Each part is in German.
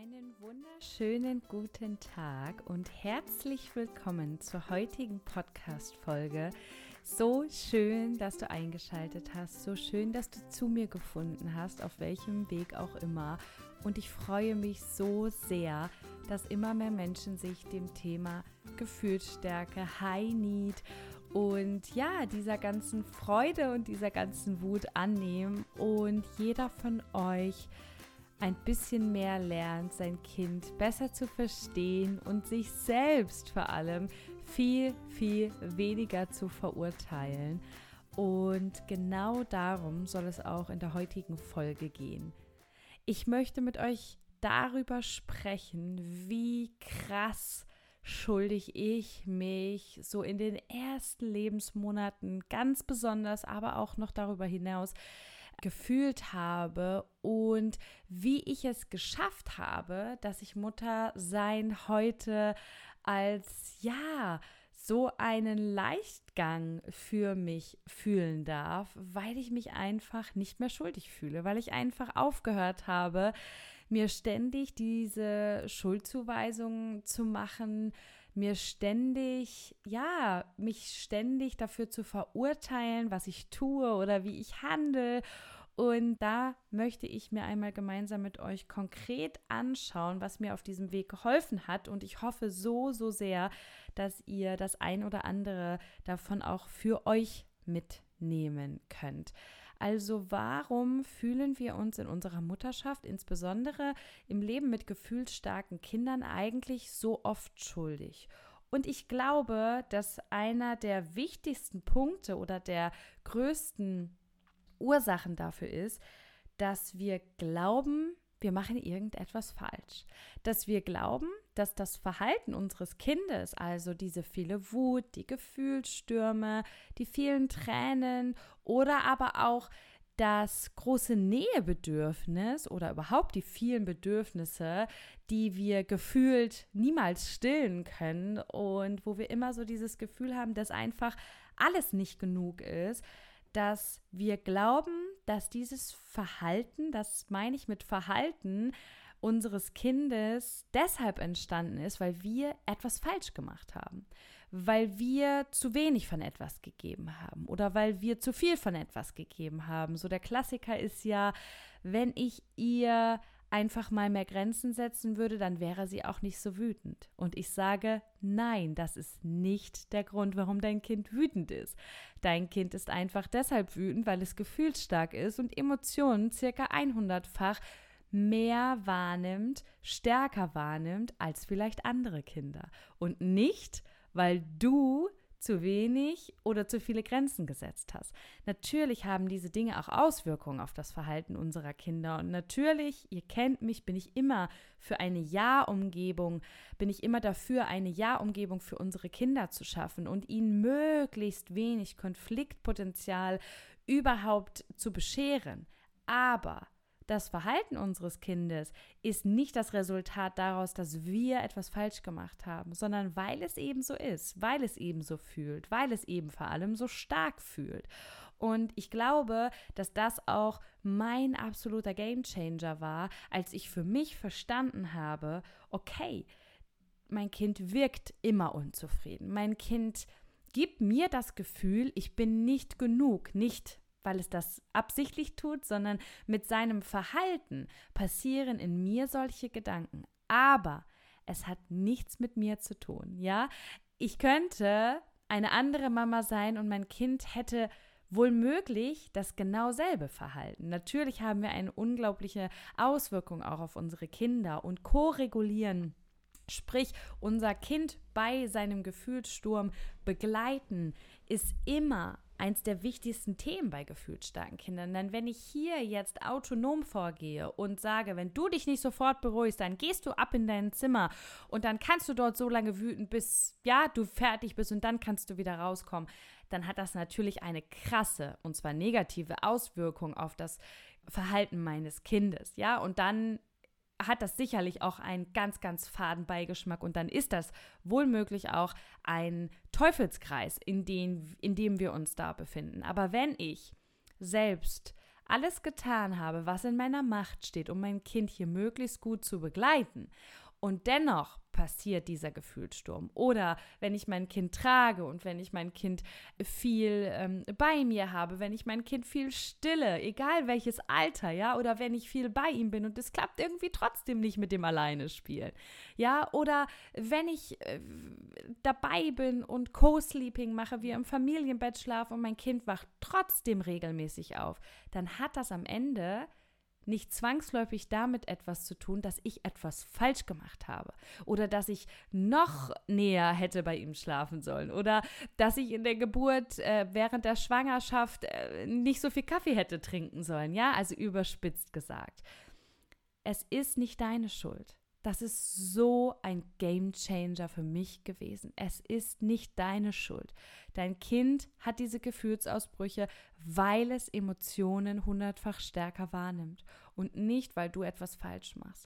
Einen wunderschönen guten Tag und herzlich willkommen zur heutigen Podcast-Folge. So schön, dass du eingeschaltet hast, so schön, dass du zu mir gefunden hast, auf welchem Weg auch immer. Und ich freue mich so sehr, dass immer mehr Menschen sich dem Thema Gefühlsstärke, High Need und ja, dieser ganzen Freude und dieser ganzen Wut annehmen und jeder von euch ein bisschen mehr lernt, sein Kind besser zu verstehen und sich selbst vor allem viel, viel weniger zu verurteilen. Und genau darum soll es auch in der heutigen Folge gehen. Ich möchte mit euch darüber sprechen, wie krass schuldig ich mich so in den ersten Lebensmonaten ganz besonders, aber auch noch darüber hinaus gefühlt habe und wie ich es geschafft habe, dass ich Muttersein heute als so einen Leichtgang für mich fühlen darf, weil ich mich einfach nicht mehr schuldig fühle, weil ich einfach aufgehört habe, mir ständig diese Schuldzuweisungen zu machen, mich ständig dafür zu verurteilen, was ich tue oder wie ich handle. Und da möchte ich mir einmal gemeinsam mit euch konkret anschauen, was mir auf diesem Weg geholfen hat. Und ich hoffe so sehr, dass ihr das ein oder andere davon auch für euch mitnehmen könnt. Also warum fühlen wir uns in unserer Mutterschaft, insbesondere im Leben mit gefühlsstarken Kindern, eigentlich so oft schuldig? Und ich glaube, dass einer der wichtigsten Punkte oder der größten Ursachen dafür ist, dass wir glauben, wir machen irgendetwas falsch. Dass wir glauben, dass das Verhalten unseres Kindes, also diese viele Wut, die Gefühlsstürme, die vielen Tränen oder aber auch das große Nähebedürfnis oder überhaupt die vielen Bedürfnisse, die wir gefühlt niemals stillen können und wo wir immer so dieses Gefühl haben, dass einfach alles nicht genug ist, dass wir glauben, dass dieses Verhalten, das meine ich mit Verhalten unseres Kindes deshalb entstanden ist, weil wir etwas falsch gemacht haben, weil wir zu wenig von etwas gegeben haben oder weil wir zu viel von etwas gegeben haben. So der Klassiker ist ja, wenn ich ihr einfach mal mehr Grenzen setzen würde, dann wäre sie auch nicht so wütend. Und ich sage, nein, das ist nicht der Grund, warum dein Kind wütend ist. Dein Kind ist einfach deshalb wütend, weil es gefühlsstark ist und Emotionen circa 100-fach mehr wahrnimmt, stärker wahrnimmt als vielleicht andere Kinder. Und nicht, weil du zu wenig oder zu viele Grenzen gesetzt hast. Natürlich haben diese Dinge auch Auswirkungen auf das Verhalten unserer Kinder und natürlich, ihr kennt mich, bin ich immer für eine Ja-Umgebung, bin ich immer dafür, eine Ja-Umgebung für unsere Kinder zu schaffen und ihnen möglichst wenig Konfliktpotenzial überhaupt zu bescheren. Aber das Verhalten unseres Kindes ist nicht das Resultat daraus, dass wir etwas falsch gemacht haben, sondern weil es eben so ist, weil es eben so fühlt, weil es eben vor allem so stark fühlt. Und ich glaube, dass das auch mein absoluter Gamechanger war, als ich für mich verstanden habe, okay, mein Kind wirkt immer unzufrieden. Mein Kind gibt mir das Gefühl, ich bin nicht genug, nicht weil es das absichtlich tut, sondern mit seinem Verhalten passieren in mir solche Gedanken. Aber es hat nichts mit mir zu tun, ja? Ich könnte eine andere Mama sein und mein Kind hätte wohlmöglich das genau selbe Verhalten. Natürlich haben wir eine unglaubliche Auswirkung auch auf unsere Kinder und ko-regulieren. Sprich, unser Kind bei seinem Gefühlssturm begleiten, ist immer eins der wichtigsten Themen bei gefühlsstarken Kindern. Denn wenn ich hier jetzt autonom vorgehe und sage, wenn du dich nicht sofort beruhigst, dann gehst du ab in dein Zimmer und dann kannst du dort so lange wüten, bis du fertig bist und dann kannst du wieder rauskommen, dann hat das natürlich eine krasse, und zwar negative Auswirkung auf das Verhalten meines Kindes. Ja, und dann hat das sicherlich auch einen ganz, ganz faden Beigeschmack und dann ist das wohlmöglich auch ein Teufelskreis, in dem wir uns da befinden. Aber wenn ich selbst alles getan habe, was in meiner Macht steht, um mein Kind hier möglichst gut zu begleiten, und dennoch passiert dieser Gefühlssturm. Oder wenn ich mein Kind trage und wenn ich mein Kind viel bei mir habe, wenn ich mein Kind viel stille, egal welches Alter, ja, oder wenn ich viel bei ihm bin und es klappt irgendwie trotzdem nicht mit dem Alleine spielen, ja, oder wenn ich dabei bin und Co-Sleeping mache, wir im Familienbett schlafen und mein Kind wacht trotzdem regelmäßig auf, dann hat das am Ende nicht zwangsläufig damit etwas zu tun, dass ich etwas falsch gemacht habe oder dass ich noch näher hätte bei ihm schlafen sollen oder dass ich in der Geburt während der Schwangerschaft nicht so viel Kaffee hätte trinken sollen, ja, also überspitzt gesagt. Es ist nicht deine Schuld. Das ist so ein Gamechanger für mich gewesen. Es ist nicht deine Schuld. Dein Kind hat diese Gefühlsausbrüche, weil es Emotionen 100-fach stärker wahrnimmt und nicht, weil du etwas falsch machst.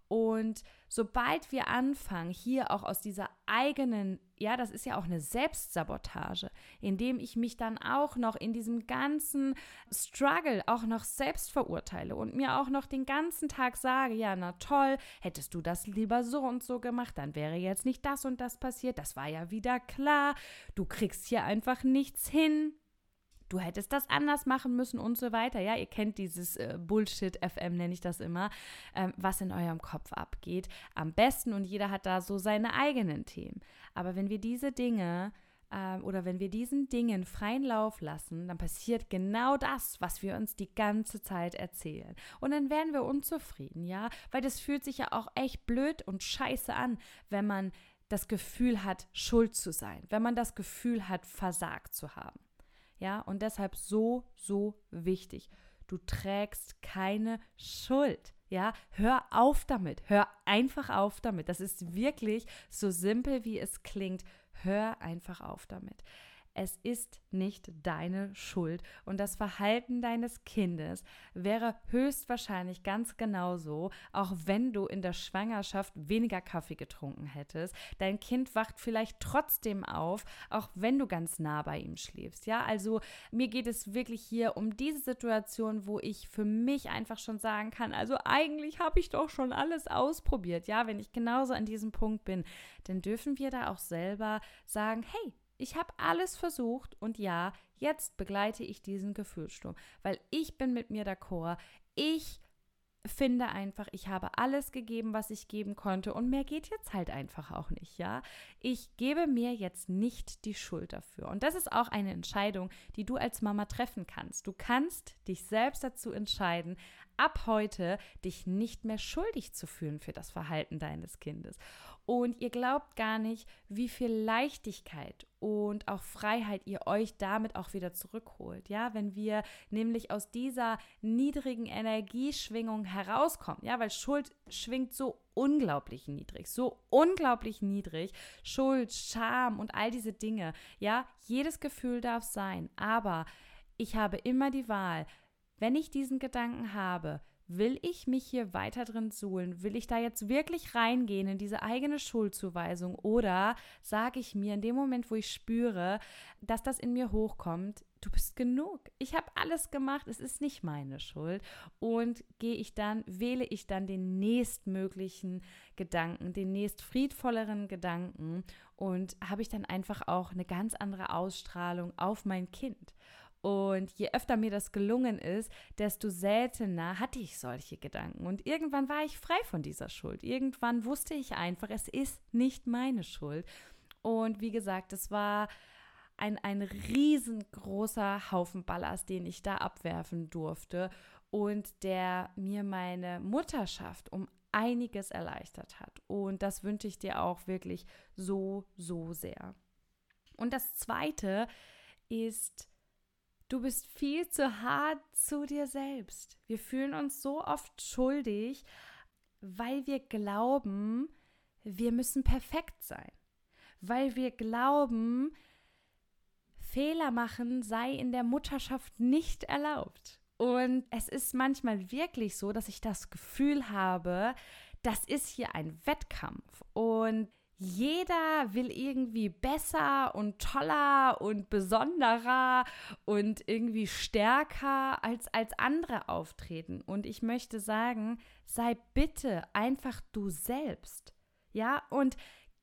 Und sobald wir anfangen, hier auch aus dieser eigenen, ja, das ist ja auch eine Selbstsabotage, indem ich mich dann auch noch in diesem ganzen Struggle auch noch selbst verurteile und mir auch noch den ganzen Tag sage, ja, na toll, hättest du das lieber so und so gemacht, dann wäre jetzt nicht das und das passiert, das war ja wieder klar, du kriegst hier einfach nichts hin. Du hättest das anders machen müssen und so weiter. Ja, ihr kennt dieses Bullshit-FM, nenne ich das immer, was in eurem Kopf abgeht. Am besten, und jeder hat da so seine eigenen Themen. Aber wenn wir diese Dinge oder wenn wir diesen Dingen freien Lauf lassen, dann passiert genau das, was wir uns die ganze Zeit erzählen. Und dann werden wir unzufrieden, ja, weil das fühlt sich ja auch echt blöd und scheiße an, wenn man das Gefühl hat, schuld zu sein, wenn man das Gefühl hat, versagt zu haben. Ja, und deshalb so wichtig. Du trägst keine Schuld. Ja, hör auf damit. Hör einfach auf damit. Das ist wirklich so simpel, wie es klingt. Hör einfach auf damit. Es ist nicht deine Schuld und das Verhalten deines Kindes wäre höchstwahrscheinlich ganz genauso, auch wenn du in der Schwangerschaft weniger Kaffee getrunken hättest. Dein Kind wacht vielleicht trotzdem auf, auch wenn du ganz nah bei ihm schläfst. Ja, also mir geht es wirklich hier um diese Situation, wo ich für mich einfach schon sagen kann, also eigentlich habe ich doch schon alles ausprobiert. Ja, wenn ich genauso an diesem Punkt bin, dann dürfen wir da auch selber sagen, hey, ich habe alles versucht und ja, jetzt begleite ich diesen Gefühlssturm, weil ich bin mit mir d'accord. Ich finde einfach, ich habe alles gegeben, was ich geben konnte und mehr geht jetzt halt einfach auch nicht, ja. Ich gebe mir jetzt nicht die Schuld dafür und das ist auch eine Entscheidung, die du als Mama treffen kannst. Du kannst dich selbst dazu entscheiden, ab heute dich nicht mehr schuldig zu fühlen für das Verhalten deines Kindes. Und ihr glaubt gar nicht, wie viel Leichtigkeit und auch Freiheit ihr euch damit auch wieder zurückholt. Ja, wenn wir nämlich aus dieser niedrigen Energieschwingung herauskommen. Ja, weil Schuld schwingt so unglaublich niedrig. Schuld, Scham und all diese Dinge. Ja, jedes Gefühl darf sein. Aber ich habe immer die Wahl, wenn ich diesen Gedanken habe, will ich mich hier weiter drin suhlen? Will ich da jetzt wirklich reingehen in diese eigene Schuldzuweisung? Oder sage ich mir in dem Moment, wo ich spüre, dass das in mir hochkommt, du bist genug. Ich habe alles gemacht, es ist nicht meine Schuld. Und wähle ich dann den nächstmöglichen Gedanken, den nächst friedvolleren Gedanken und habe ich dann einfach auch eine ganz andere Ausstrahlung auf mein Kind. Und je öfter mir das gelungen ist, desto seltener hatte ich solche Gedanken. Und irgendwann war ich frei von dieser Schuld. Irgendwann wusste ich einfach, es ist nicht meine Schuld. Und wie gesagt, es war ein riesengroßer Haufen Ballast, den ich da abwerfen durfte und der mir meine Mutterschaft um einiges erleichtert hat. Und das wünsche ich dir auch wirklich so sehr. Und das Zweite ist, du bist viel zu hart zu dir selbst. Wir fühlen uns so oft schuldig, weil wir glauben, wir müssen perfekt sein. Weil wir glauben, Fehler machen sei in der Mutterschaft nicht erlaubt. Und es ist manchmal wirklich so, dass ich das Gefühl habe, das ist hier ein Wettkampf. Und Jeder will irgendwie besser und toller und besonderer und irgendwie stärker als andere auftreten. Und ich möchte sagen, sei bitte einfach du selbst. Ja, und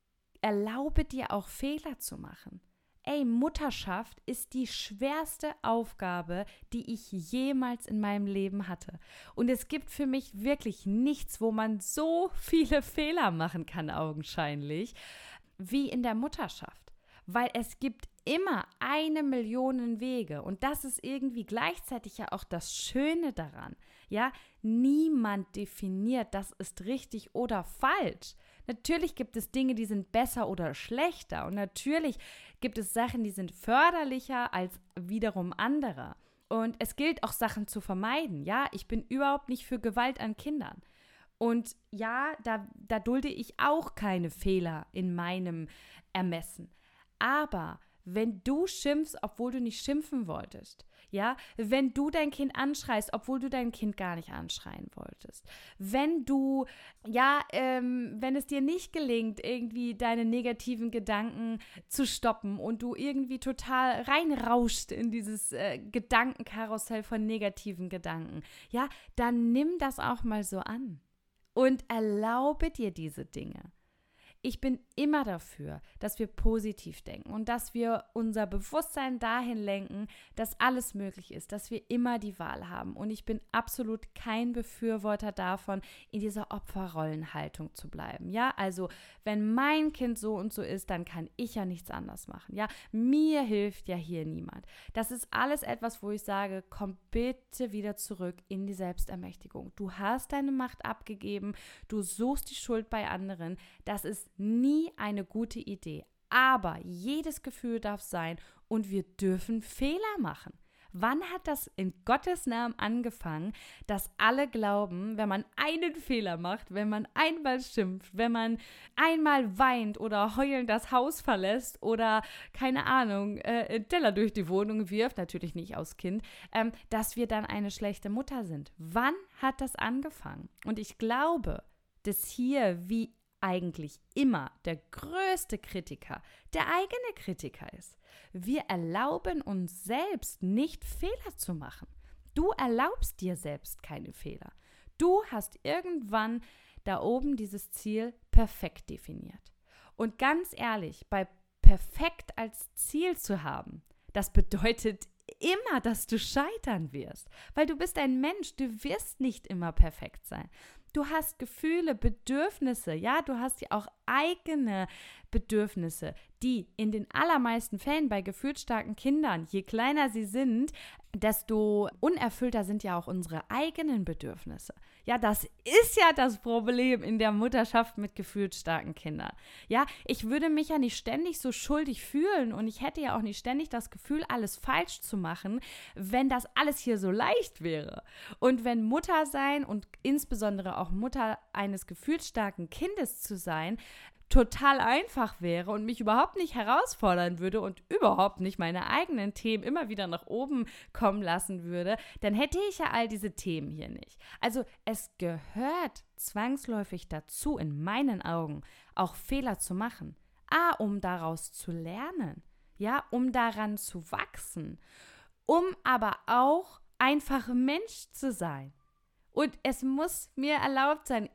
erlaube dir auch Fehler zu machen. Ey, Mutterschaft ist die schwerste Aufgabe, die ich jemals in meinem Leben hatte. Und es gibt für mich wirklich nichts, wo man so viele Fehler machen kann, augenscheinlich, wie in der Mutterschaft. Weil es gibt immer 1 Million Wege. Und das ist irgendwie gleichzeitig ja auch das Schöne daran. Ja, niemand definiert, das ist richtig oder falsch. Natürlich gibt es Dinge, die sind besser oder schlechter. Und natürlich gibt es Sachen, die sind förderlicher als wiederum andere. Und es gilt auch, Sachen zu vermeiden. Ja, ich bin überhaupt nicht für Gewalt an Kindern. Und ja, da dulde ich auch keine Fehler in meinem Ermessen. Aber wenn du schimpfst, obwohl du nicht schimpfen wolltest, ja, wenn du dein Kind anschreist, obwohl du dein Kind gar nicht anschreien wolltest, wenn du, ja, wenn es dir nicht gelingt, irgendwie deine negativen Gedanken zu stoppen und du irgendwie total reinrauscht in dieses Gedankenkarussell von negativen Gedanken, ja, dann nimm das auch mal so an und erlaube dir diese Dinge. Ich bin immer dafür, dass wir positiv denken und dass wir unser Bewusstsein dahin lenken, dass alles möglich ist, dass wir immer die Wahl haben. Und ich bin absolut kein Befürworter davon, in dieser Opferrollenhaltung zu bleiben. Ja, also wenn mein Kind so und so ist, dann kann ich ja nichts anderes machen. Ja, mir hilft ja hier niemand. Das ist alles etwas, wo ich sage, komm bitte wieder zurück in die Selbstermächtigung. Du hast deine Macht abgegeben, du suchst die Schuld bei anderen. Das ist nie eine gute Idee. Aber jedes Gefühl darf sein und wir dürfen Fehler machen. Wann hat das in Gottes Namen angefangen, dass alle glauben, wenn man einen Fehler macht, wenn man einmal schimpft, wenn man einmal weint oder heulend das Haus verlässt oder, keine Ahnung, Teller durch die Wohnung wirft, natürlich nicht aus Kind, dass wir dann eine schlechte Mutter sind? Wann hat das angefangen? Und ich glaube, dass hier wie eigentlich immer der größte Kritiker der eigene Kritiker ist. Wir erlauben uns selbst nicht Fehler zu machen. Du erlaubst dir selbst keine Fehler. Du hast irgendwann da oben dieses Ziel perfekt definiert. Und ganz ehrlich, bei perfekt als Ziel zu haben, das bedeutet immer, dass du scheitern wirst, weil du bist ein Mensch, du wirst nicht immer perfekt sein. Du hast Gefühle, Bedürfnisse, ja, du hast ja auch eigene Bedürfnisse, die in den allermeisten Fällen bei gefühlsstarken Kindern, je kleiner sie sind, desto unerfüllter sind ja auch unsere eigenen Bedürfnisse. Ja, das ist ja das Problem in der Mutterschaft mit gefühlsstarken Kindern. Ja, ich würde mich ja nicht ständig so schuldig fühlen und ich hätte ja auch nicht ständig das Gefühl, alles falsch zu machen, wenn das alles hier so leicht wäre. Und wenn Mutter sein und insbesondere auch Mutter eines gefühlsstarken Kindes zu sein, total einfach wäre und mich überhaupt nicht herausfordern würde und überhaupt nicht meine eigenen Themen immer wieder nach oben kommen lassen würde, dann hätte ich ja all diese Themen hier nicht. Also es gehört zwangsläufig dazu, in meinen Augen, auch Fehler zu machen. Um daraus zu lernen, ja, um daran zu wachsen, um aber auch einfach Mensch zu sein. Und es muss mir erlaubt sein,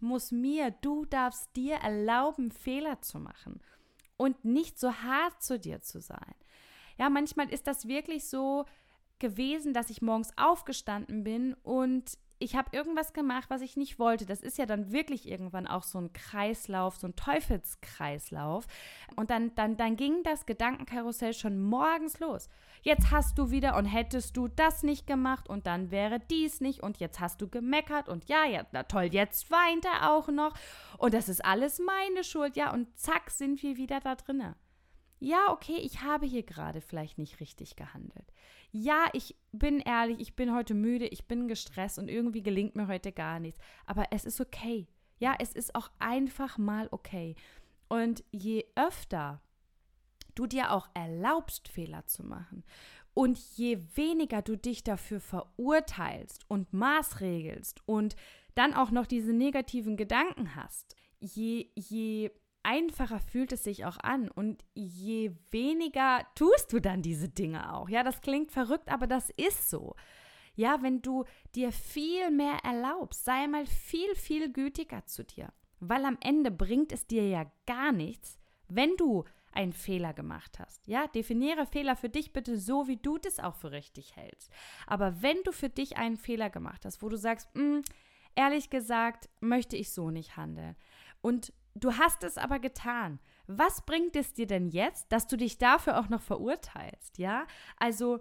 du darfst dir erlauben, Fehler zu machen und nicht so hart zu dir zu sein. Ja, manchmal ist das wirklich so gewesen, dass ich morgens aufgestanden bin und ich habe irgendwas gemacht, was ich nicht wollte. Das ist ja dann wirklich irgendwann auch so ein Kreislauf, so ein Teufelskreislauf. Und dann ging das Gedankenkarussell schon morgens los. Jetzt hast du wieder und hättest du das nicht gemacht und dann wäre dies nicht und jetzt hast du gemeckert und ja, na toll, jetzt weint er auch noch und das ist alles meine Schuld. Ja, und zack, sind wir wieder da drinne. Ja, okay, ich habe hier gerade vielleicht nicht richtig gehandelt. Ja, ich bin ehrlich, ich bin heute müde, ich bin gestresst und irgendwie gelingt mir heute gar nichts. Aber es ist okay. Ja, es ist auch einfach mal okay. Und je öfter du dir auch erlaubst, Fehler zu machen und je weniger du dich dafür verurteilst und maßregelst und dann auch noch diese negativen Gedanken hast, je einfacher fühlt es sich auch an und je weniger tust du dann diese Dinge auch. Ja, das klingt verrückt, aber das ist so. Ja, wenn du dir viel mehr erlaubst, sei mal viel, viel gütiger zu dir. Weil am Ende bringt es dir ja gar nichts, wenn du einen Fehler gemacht hast. Ja, definiere Fehler für dich bitte so, wie du das auch für richtig hältst. Aber wenn du für dich einen Fehler gemacht hast, wo du sagst, ehrlich gesagt, möchte ich so nicht handeln. Und du hast es aber getan. Was bringt es dir denn jetzt, dass du dich dafür auch noch verurteilst? Ja, also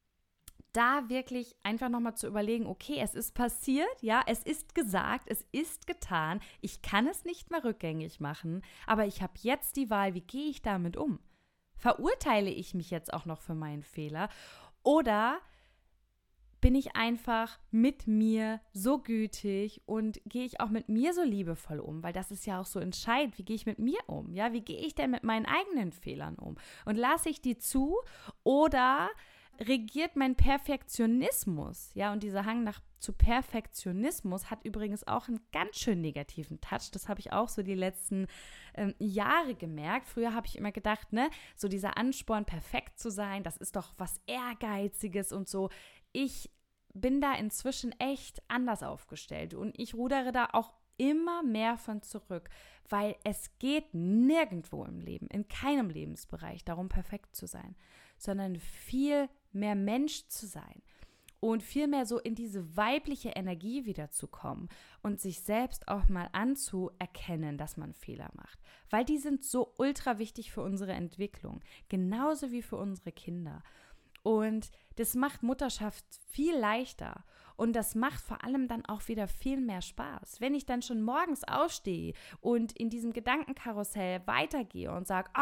da wirklich einfach nochmal zu überlegen, okay, es ist passiert, ja, es ist gesagt, es ist getan, ich kann es nicht mehr rückgängig machen, aber ich habe jetzt die Wahl, wie gehe ich damit um? Verurteile ich mich jetzt auch noch für meinen Fehler oder bin ich einfach mit mir so gütig und gehe ich auch mit mir so liebevoll um, weil das ist ja auch so entscheidend, wie gehe ich mit mir um, ja, wie gehe ich denn mit meinen eigenen Fehlern um und lasse ich die zu oder regiert mein Perfektionismus, ja, und dieser Hang zu Perfektionismus hat übrigens auch einen ganz schön negativen Touch, das habe ich auch so die letzten Jahre gemerkt. Früher habe ich immer gedacht, ne, so dieser Ansporn, perfekt zu sein, das ist doch was Ehrgeiziges und so. Ich bin da inzwischen echt anders aufgestellt und ich rudere da auch immer mehr von zurück, weil es geht nirgendwo im Leben, in keinem Lebensbereich darum, perfekt zu sein, sondern viel mehr Mensch zu sein und viel mehr so in diese weibliche Energie wiederzukommen und sich selbst auch mal anzuerkennen, dass man Fehler macht, weil die sind so ultra wichtig für unsere Entwicklung, genauso wie für unsere Kinder. Und das macht Mutterschaft viel leichter und das macht vor allem dann auch wieder viel mehr Spaß. Wenn ich dann schon morgens aufstehe und in diesem Gedankenkarussell weitergehe und sage,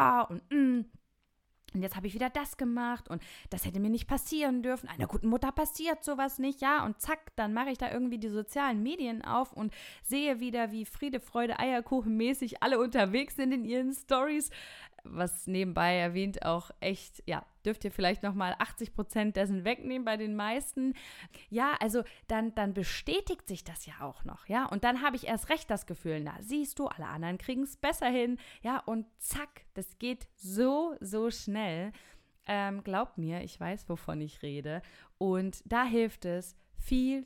und jetzt habe ich wieder das gemacht und das hätte mir nicht passieren dürfen. Einer guten Mutter passiert sowas nicht, ja. Und zack, dann mache ich da irgendwie die sozialen Medien auf und sehe wieder, wie Friede, Freude, Eierkuchen mäßig alle unterwegs sind in ihren Stories. Was nebenbei erwähnt auch echt, ja, dürft ihr vielleicht nochmal 80% dessen wegnehmen bei den meisten. Ja, also dann bestätigt sich das ja auch noch, ja. Und dann habe ich erst recht das Gefühl, na, siehst du, alle anderen kriegen es besser hin, ja. Und zack, das geht so, so schnell. Glaubt mir, ich weiß, wovon ich rede. Und da hilft es, viel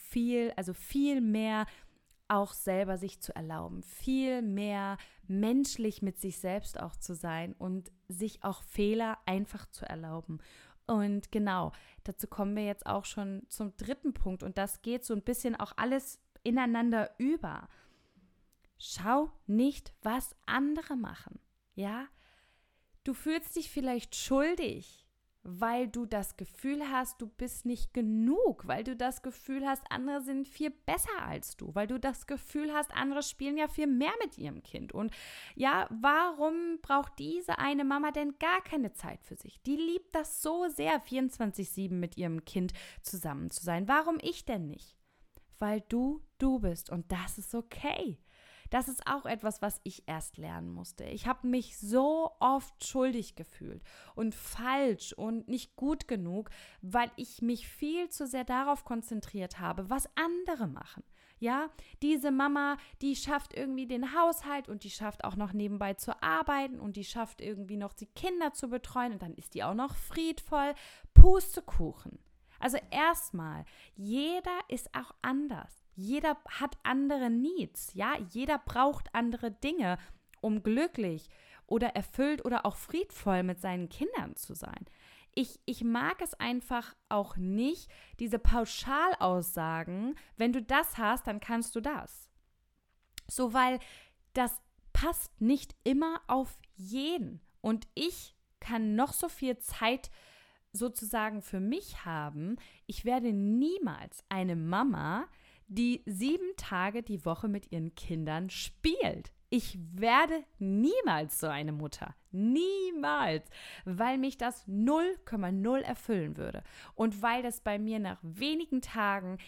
mehr auch selber sich zu erlauben, viel mehr menschlich mit sich selbst auch zu sein und sich auch Fehler einfach zu erlauben. Und genau, dazu kommen wir jetzt auch schon zum dritten Punkt und das geht so ein bisschen auch alles ineinander über. Schau nicht, was andere machen, ja? Du fühlst dich vielleicht schuldig, weil du das Gefühl hast, du bist nicht genug, weil du das Gefühl hast, andere sind viel besser als du, weil du das Gefühl hast, andere spielen ja viel mehr mit ihrem Kind. Und ja, warum braucht diese eine Mama denn gar keine Zeit für sich? Die liebt das so sehr, 24/7 mit ihrem Kind zusammen zu sein. Warum ich denn nicht? Weil du bist und das ist okay. Das ist auch etwas, was ich erst lernen musste. Ich habe mich so oft schuldig gefühlt und falsch und nicht gut genug, weil ich mich viel zu sehr darauf konzentriert habe, was andere machen. Ja, diese Mama, die schafft irgendwie den Haushalt und die schafft auch noch nebenbei zu arbeiten und die schafft irgendwie noch die Kinder zu betreuen und dann ist die auch noch friedvoll. Pustekuchen. Also erstmal, jeder ist auch anders. Jeder hat andere Needs, ja, jeder braucht andere Dinge, um glücklich oder erfüllt oder auch friedvoll mit seinen Kindern zu sein. Ich mag es einfach auch nicht, diese Pauschalaussagen, wenn du das hast, dann kannst du das. So, weil das passt nicht immer auf jeden. Und ich kann noch so viel Zeit sozusagen für mich haben. Ich werde niemals eine Mama, die 7 Tage die Woche mit ihren Kindern spielt. Ich werde niemals so eine Mutter. Niemals. Weil mich das 0,0 erfüllen würde. Und weil das bei mir nach wenigen Tagen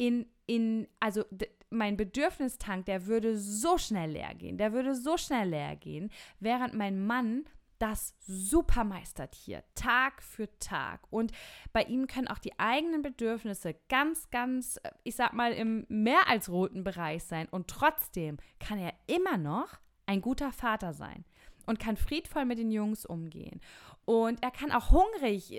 mein Bedürfnistank, der würde so schnell leer gehen. Während mein Mann das super meistert hier, Tag für Tag. Und bei ihm können auch die eigenen Bedürfnisse ganz, ganz, ich sag mal, im mehr als roten Bereich sein. Und trotzdem kann er immer noch ein guter Vater sein und kann friedvoll mit den Jungs umgehen. Und er kann auch hungrig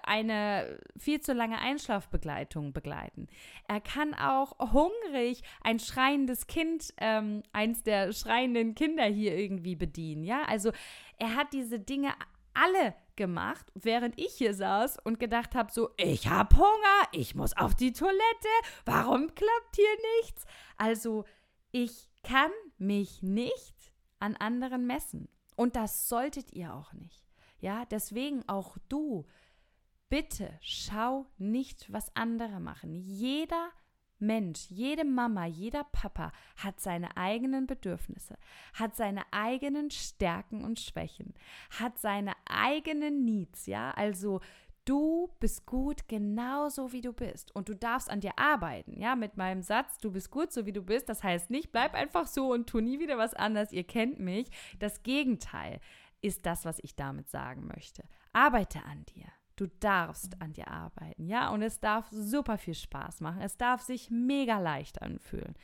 eine viel zu lange Einschlafbegleitung begleiten. Er kann auch hungrig ein schreiendes Kind, eins der schreienden Kinder hier irgendwie bedienen. Ja, also er hat diese Dinge alle gemacht, während ich hier saß und gedacht habe, so, ich habe Hunger, ich muss auf die Toilette, warum klappt hier nichts? Also ich kann mich nicht an anderen messen und das solltet ihr auch nicht. Ja, deswegen auch du, bitte schau nicht, was andere machen. Jeder Mensch, jede Mama, jeder Papa hat seine eigenen Bedürfnisse, hat seine eigenen Stärken und Schwächen, hat seine eigenen Needs, ja, also du bist gut genauso wie du bist und du darfst an dir arbeiten, ja, mit meinem Satz, du bist gut so wie du bist, das heißt nicht, bleib einfach so und tu nie wieder was anderes, ihr kennt mich, das Gegenteil ist das, was ich damit sagen möchte. Arbeite an dir. Du darfst an dir arbeiten, ja, und es darf super viel Spaß machen. Es darf sich mega leicht anfühlen.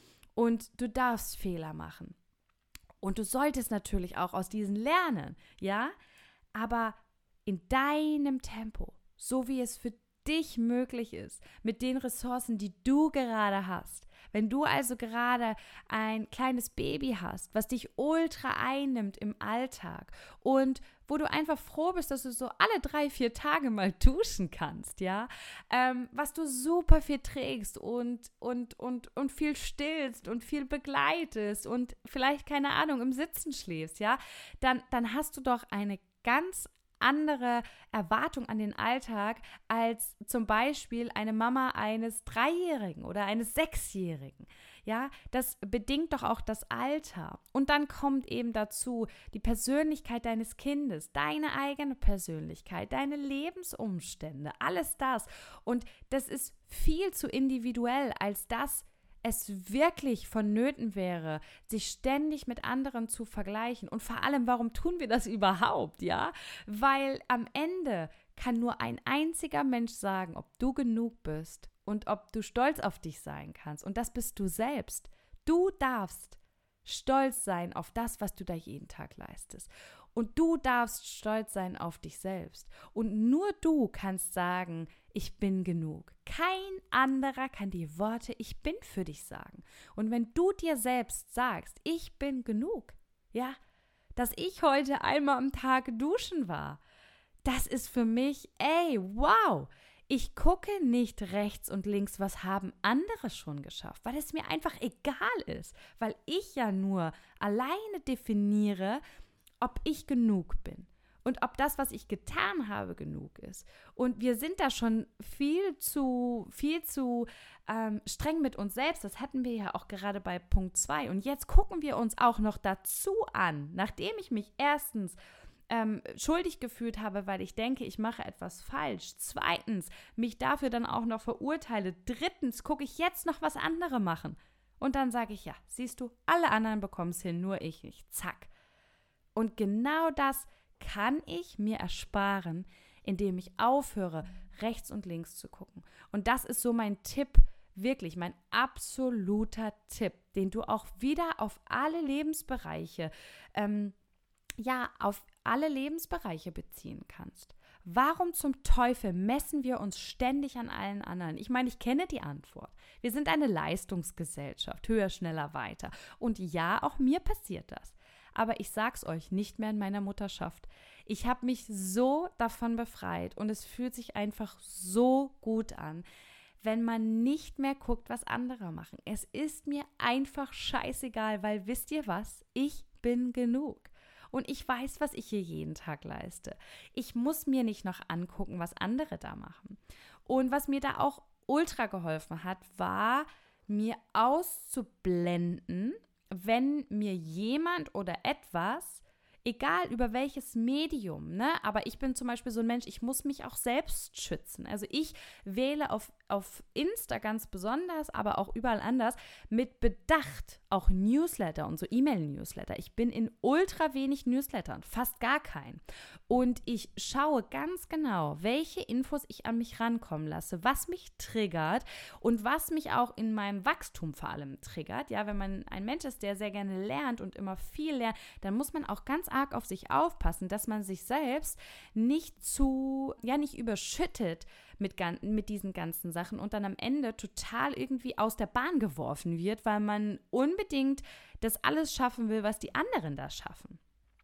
Und du darfst Fehler machen. Und du solltest natürlich auch aus diesen lernen, ja, aber in deinem Tempo, so wie es für dich möglich ist, mit den Ressourcen, die du gerade hast. Wenn du also gerade ein kleines Baby hast, was dich ultra einnimmt im Alltag und wo du einfach froh bist, dass du so alle 3-4 Tage mal duschen kannst, ja, was du super viel trägst und viel stillst und viel begleitest und vielleicht, keine Ahnung, im Sitzen schläfst, ja, dann hast du doch eine ganz andere Erwartung an den Alltag als zum Beispiel eine Mama eines 3-Jährigen oder eines 6-Jährigen. Ja, das bedingt doch auch das Alter. Und dann kommt eben dazu die Persönlichkeit deines Kindes, deine eigene Persönlichkeit, deine Lebensumstände, alles das. Und das ist viel zu individuell, als dass es wirklich vonnöten wäre, sich ständig mit anderen zu vergleichen. Und vor allem, warum tun wir das überhaupt, ja? Weil am Ende kann nur ein einziger Mensch sagen, ob du genug bist und ob du stolz auf dich sein kannst. Und das bist du selbst. Du darfst stolz sein auf das, was du da jeden Tag leistest. Und du darfst stolz sein auf dich selbst. Und nur du kannst sagen, ich bin genug. Kein anderer kann die Worte ich bin für dich sagen. Und wenn du dir selbst sagst, ich bin genug, ja, dass ich heute einmal am Tag duschen war, das ist für mich, wow. Ich gucke nicht rechts und links, was haben andere schon geschafft, weil es mir einfach egal ist, weil ich ja nur alleine definiere, ob ich genug bin und ob das, was ich getan habe, genug ist. Und wir sind da schon viel zu streng mit uns selbst. Das hatten wir ja auch gerade bei Punkt 2. Und jetzt gucken wir uns auch noch dazu an, nachdem ich mich erstens schuldig gefühlt habe, weil ich denke, ich mache etwas falsch. Zweitens, mich dafür dann auch noch verurteile. Drittens, gucke ich jetzt noch, was andere machen. Und dann sage ich, ja, siehst du, alle anderen bekommen es hin, nur ich nicht. Zack. Und genau das kann ich mir ersparen, indem ich aufhöre, rechts und links zu gucken. Und das ist so mein Tipp, wirklich mein absoluter Tipp, den du auch wieder auf alle Lebensbereiche, beziehen kannst. Warum zum Teufel messen wir uns ständig an allen anderen? Ich meine, ich kenne die Antwort. Wir sind eine Leistungsgesellschaft, höher, schneller, weiter. Und ja, auch mir passiert das. Aber ich sag's euch, nicht mehr in meiner Mutterschaft. Ich habe mich so davon befreit und es fühlt sich einfach so gut an, wenn man nicht mehr guckt, was andere machen. Es ist mir einfach scheißegal, weil wisst ihr was? Ich bin genug. Und ich weiß, was ich hier jeden Tag leiste. Ich muss mir nicht noch angucken, was andere da machen. Und was mir da auch ultra geholfen hat, war, mir auszublenden, wenn mir jemand oder etwas egal über welches Medium, ne? Aber ich bin zum Beispiel so ein Mensch, ich muss mich auch selbst schützen. Also ich wähle auf Insta ganz besonders, aber auch überall anders mit Bedacht auch Newsletter und so E-Mail-Newsletter. Ich bin in ultra wenig Newslettern, fast gar keinen. Und ich schaue ganz genau, welche Infos ich an mich rankommen lasse, was mich triggert und was mich auch in meinem Wachstum vor allem triggert. Ja, wenn man ein Mensch ist, der sehr gerne lernt und immer viel lernt, dann muss man auch ganz arg auf sich aufpassen, dass man sich selbst nicht überschüttet mit diesen ganzen Sachen und dann am Ende total irgendwie aus der Bahn geworfen wird, weil man unbedingt das alles schaffen will, was die anderen da schaffen.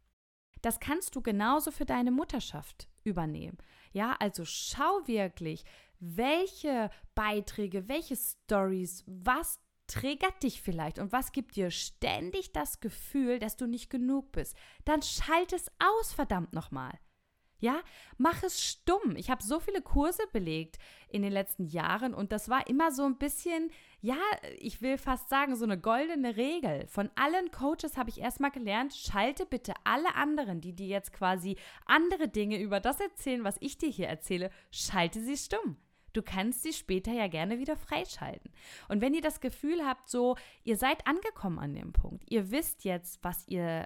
Das kannst du genauso für deine Mutterschaft übernehmen. Ja, also schau wirklich, welche Beiträge, welche Stories, was triggert dich vielleicht und was gibt dir ständig das Gefühl, dass du nicht genug bist. Dann schalt es aus, verdammt nochmal. Ja, mach es stumm. Ich habe so viele Kurse belegt in den letzten Jahren und das war immer so ein bisschen, ja, ich will fast sagen, so eine goldene Regel. Von allen Coaches habe ich erstmal gelernt, schalte bitte alle anderen, die dir jetzt quasi andere Dinge über das erzählen, was ich dir hier erzähle, schalte sie stumm. Du kannst sie später ja gerne wieder freischalten. Und wenn ihr das Gefühl habt, so, ihr seid angekommen an dem Punkt, ihr wisst jetzt, was ihr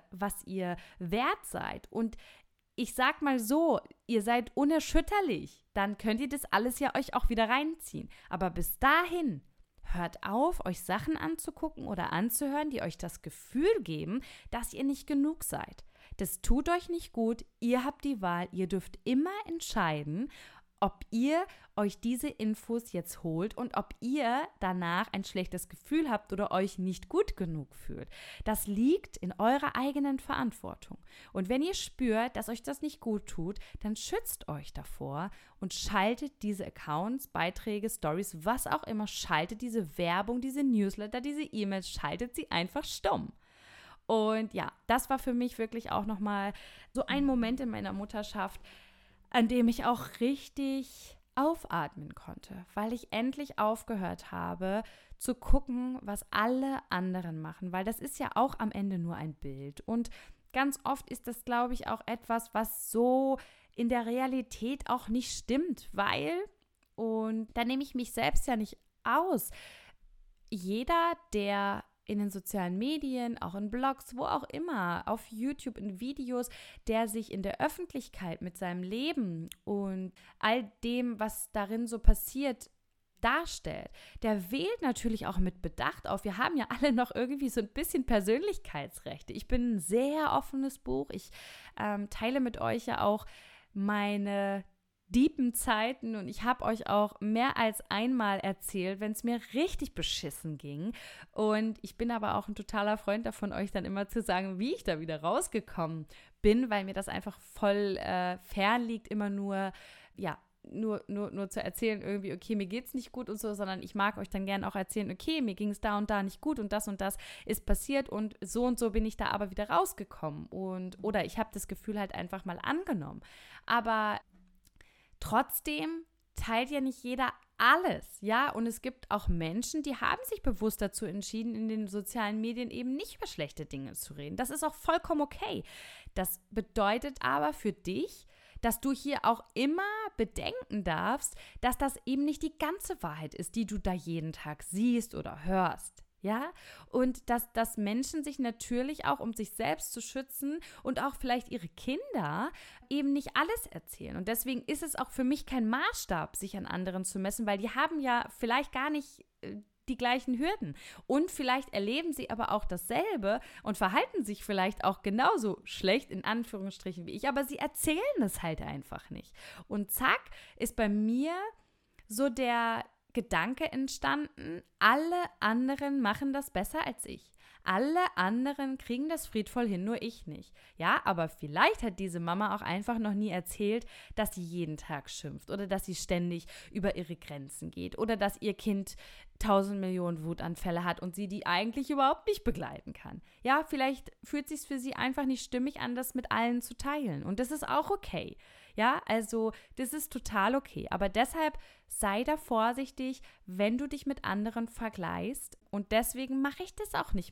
wert seid und ich sag mal so, ihr seid unerschütterlich, dann könnt ihr das alles ja euch auch wieder reinziehen. Aber bis dahin, hört auf, euch Sachen anzugucken oder anzuhören, die euch das Gefühl geben, dass ihr nicht genug seid. Das tut euch nicht gut, ihr habt die Wahl, ihr dürft immer entscheiden, ob ihr euch diese Infos jetzt holt und ob ihr danach ein schlechtes Gefühl habt oder euch nicht gut genug fühlt. Das liegt in eurer eigenen Verantwortung. Und wenn ihr spürt, dass euch das nicht gut tut, dann schützt euch davor und schaltet diese Accounts, Beiträge, Stories, was auch immer, schaltet diese Werbung, diese Newsletter, diese E-Mails, schaltet sie einfach stumm. Und ja, das war für mich wirklich auch nochmal so ein Moment in meiner Mutterschaft, an dem ich auch richtig aufatmen konnte, weil ich endlich aufgehört habe zu gucken, was alle anderen machen, weil das ist ja auch am Ende nur ein Bild und ganz oft ist das, glaube ich, auch etwas, was so in der Realität auch nicht stimmt, und da nehme ich mich selbst ja nicht aus, jeder, der in den sozialen Medien, auch in Blogs, wo auch immer, auf YouTube, in Videos, der sich in der Öffentlichkeit mit seinem Leben und all dem, was darin so passiert, darstellt, der wählt natürlich auch mit Bedacht auf. Wir haben ja alle noch irgendwie so ein bisschen Persönlichkeitsrechte. Ich bin ein sehr offenes Buch. Ich teile mit euch ja auch meine deepen Zeiten und ich habe euch auch mehr als einmal erzählt, wenn es mir richtig beschissen ging und ich bin aber auch ein totaler Freund davon, euch dann immer zu sagen, wie ich da wieder rausgekommen bin, weil mir das einfach voll fern liegt, immer nur zu erzählen irgendwie, okay, mir geht's nicht gut und so, sondern ich mag euch dann gerne auch erzählen, okay, mir ging es da und da nicht gut und das ist passiert und so bin ich da aber wieder rausgekommen oder ich habe das Gefühl halt einfach mal angenommen, aber trotzdem teilt ja nicht jeder alles, ja, und es gibt auch Menschen, die haben sich bewusst dazu entschieden, in den sozialen Medien eben nicht über schlechte Dinge zu reden. Das ist auch vollkommen okay. Das bedeutet aber für dich, dass du hier auch immer bedenken darfst, dass das eben nicht die ganze Wahrheit ist, die du da jeden Tag siehst oder hörst. Ja, und dass Menschen sich natürlich auch, um sich selbst zu schützen und auch vielleicht ihre Kinder eben nicht alles erzählen. Und deswegen ist es auch für mich kein Maßstab, sich an anderen zu messen, weil die haben ja vielleicht gar nicht die gleichen Hürden. Und vielleicht erleben sie aber auch dasselbe und verhalten sich vielleicht auch genauso schlecht, in Anführungsstrichen, wie ich, aber sie erzählen es halt einfach nicht. Und zack, ist bei mir so der Gedanke entstanden, alle anderen machen das besser als ich. Alle anderen kriegen das friedvoll hin, nur ich nicht. Ja, aber vielleicht hat diese Mama auch einfach noch nie erzählt, dass sie jeden Tag schimpft oder dass sie ständig über ihre Grenzen geht oder dass ihr Kind 1000 Millionen Wutanfälle hat und sie die eigentlich überhaupt nicht begleiten kann. Ja, vielleicht fühlt es sich für sie einfach nicht stimmig an, das mit allen zu teilen und das ist auch okay. Ja, also das ist total okay. Aber deshalb sei da vorsichtig, wenn du dich mit anderen vergleichst. Und deswegen mache ich das auch nicht mehr.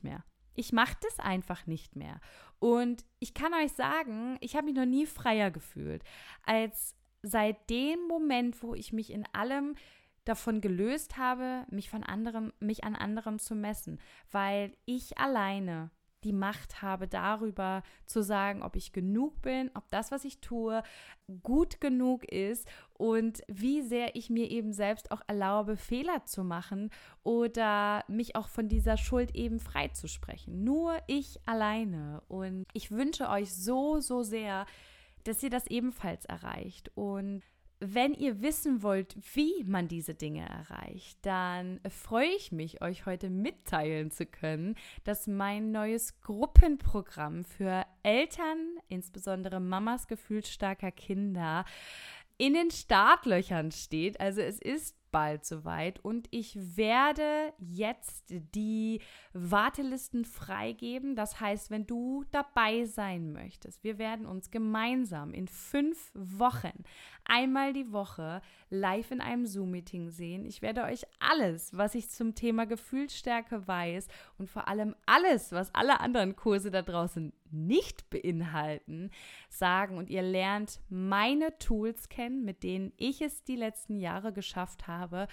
Ich mache das einfach nicht mehr. Und ich kann euch sagen, ich habe mich noch nie freier gefühlt, als seit dem Moment, wo ich mich in allem davon gelöst habe, mich an anderen zu messen, weil ich alleine die Macht habe darüber zu sagen, ob ich genug bin, ob das, was ich tue, gut genug ist und wie sehr ich mir eben selbst auch erlaube, Fehler zu machen oder mich auch von dieser Schuld eben freizusprechen. Nur ich alleine. Und ich wünsche euch so, so sehr, dass ihr das ebenfalls erreicht. Und wenn ihr wissen wollt, wie man diese Dinge erreicht, dann freue ich mich, euch heute mitteilen zu können, dass mein neues Gruppenprogramm für Eltern, insbesondere Mamas gefühlsstarker Kinder, in den Startlöchern steht. Also es ist bald soweit und ich werde jetzt die Wartelisten freigeben. Das heißt, wenn du dabei sein möchtest, wir werden uns gemeinsam in 5 Wochen einmal die Woche live in einem Zoom-Meeting sehen. Ich werde euch alles, was ich zum Thema Gefühlsstärke weiß und vor allem alles, was alle anderen Kurse da draußen nicht beinhalten, sagen. Und ihr lernt meine Tools kennen, mit denen ich es die letzten Jahre geschafft habe,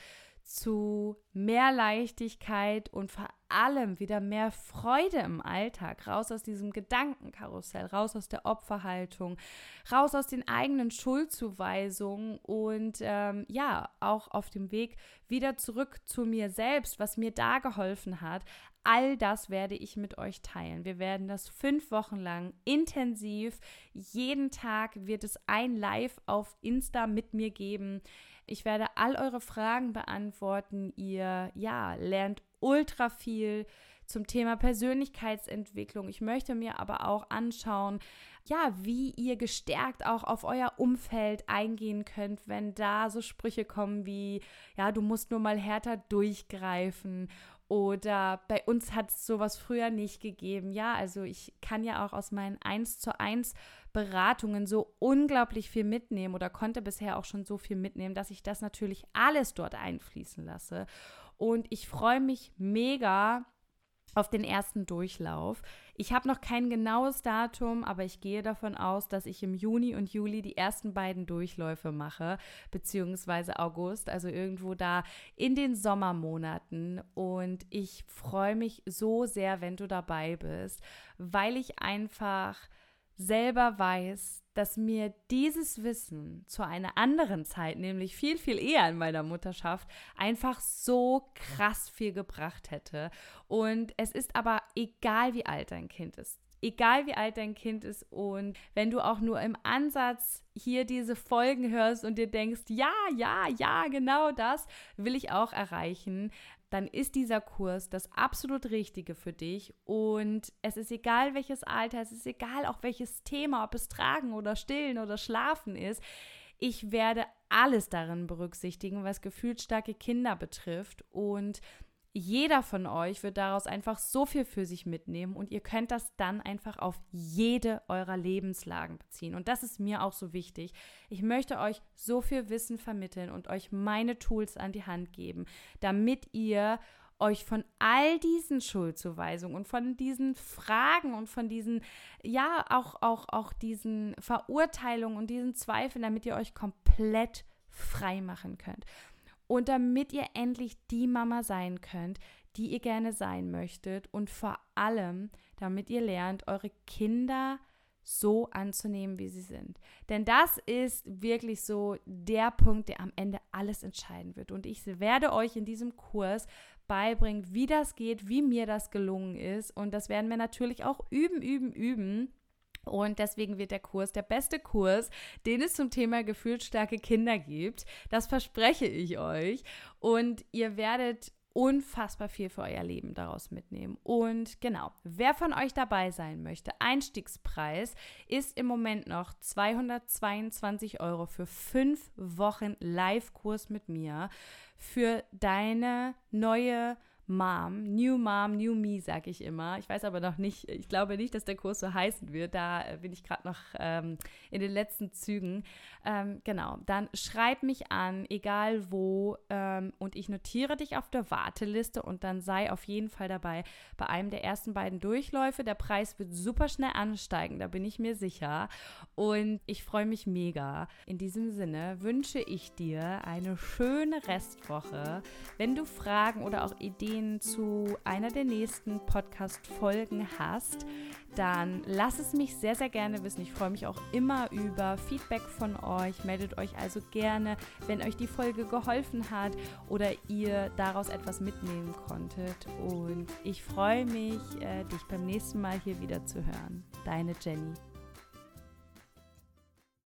zu mehr Leichtigkeit und vor allem wieder mehr Freude im Alltag, raus aus diesem Gedankenkarussell, raus aus der Opferhaltung, raus aus den eigenen Schuldzuweisungen und auch auf dem Weg wieder zurück zu mir selbst, was mir da geholfen hat. All das werde ich mit euch teilen. Wir werden das 5 Wochen lang intensiv, jeden Tag wird es ein Live auf Insta mit mir geben. Ich werde all eure Fragen beantworten. Ihr lernt ultra viel zum Thema Persönlichkeitsentwicklung. Ich möchte mir aber auch anschauen, wie ihr gestärkt auch auf euer Umfeld eingehen könnt, wenn da so Sprüche kommen wie, du musst nur mal härter durchgreifen. Oder bei uns hat es sowas früher nicht gegeben. Ja, also ich kann ja auch aus meinen 1:1 Beratungen so unglaublich viel mitnehmen oder konnte bisher auch schon so viel mitnehmen, dass ich das natürlich alles dort einfließen lasse. Und ich freue mich mega auf den ersten Durchlauf. Ich habe noch kein genaues Datum, aber ich gehe davon aus, dass ich im Juni und Juli die ersten beiden Durchläufe mache, beziehungsweise August, also irgendwo da in den Sommermonaten. Und ich freue mich so sehr, wenn du dabei bist, weil ich einfach selber weiß, dass mir dieses Wissen zu einer anderen Zeit, nämlich viel, viel eher in meiner Mutterschaft, einfach so krass viel gebracht hätte. Und es ist aber egal, wie alt dein Kind ist. Egal wie alt dein Kind ist und wenn du auch nur im Ansatz hier diese Folgen hörst und dir denkst, ja, genau das will ich auch erreichen, dann ist dieser Kurs das absolut Richtige für dich und es ist egal, welches Alter, es ist egal auch welches Thema, ob es Tragen oder Stillen oder Schlafen ist. Ich werde alles darin berücksichtigen, was gefühlsstarke Kinder betrifft und jeder von euch wird daraus einfach so viel für sich mitnehmen und ihr könnt das dann einfach auf jede eurer Lebenslagen beziehen. Und das ist mir auch so wichtig. Ich möchte euch so viel Wissen vermitteln und euch meine Tools an die Hand geben, damit ihr euch von all diesen Schuldzuweisungen und von diesen Fragen und von diesen, auch diesen Verurteilungen und diesen Zweifeln, damit ihr euch komplett frei machen könnt. Und damit ihr endlich die Mama sein könnt, die ihr gerne sein möchtet und vor allem, damit ihr lernt, eure Kinder so anzunehmen, wie sie sind. Denn das ist wirklich so der Punkt, der am Ende alles entscheiden wird. Und ich werde euch in diesem Kurs beibringen, wie das geht, wie mir das gelungen ist. Und das werden wir natürlich auch üben. Und deswegen wird der Kurs der beste Kurs, den es zum Thema gefühlsstarke Kinder gibt. Das verspreche ich euch. Und ihr werdet unfassbar viel für euer Leben daraus mitnehmen. Und genau, wer von euch dabei sein möchte, Einstiegspreis ist im Moment noch 222 € für 5 Wochen Live-Kurs mit mir für deine neue New Mom, New Me, sage ich immer. Ich weiß aber noch nicht, ich glaube nicht, dass der Kurs so heißen wird. Da bin ich gerade noch in den letzten Zügen. Genau, dann schreib mich an, egal wo, und ich notiere dich auf der Warteliste und dann sei auf jeden Fall dabei bei einem der ersten beiden Durchläufe. Der Preis wird super schnell ansteigen, da bin ich mir sicher. Und ich freue mich mega. In diesem Sinne wünsche ich dir eine schöne Restwoche. Wenn du Fragen oder auch Ideen zu einer der nächsten Podcast-Folgen hast, dann lass es mich sehr, sehr gerne wissen. Ich freue mich auch immer über Feedback von euch. Meldet euch also gerne, wenn euch die Folge geholfen hat oder ihr daraus etwas mitnehmen konntet. Und ich freue mich, dich beim nächsten Mal hier wieder zu hören. Deine Jenny.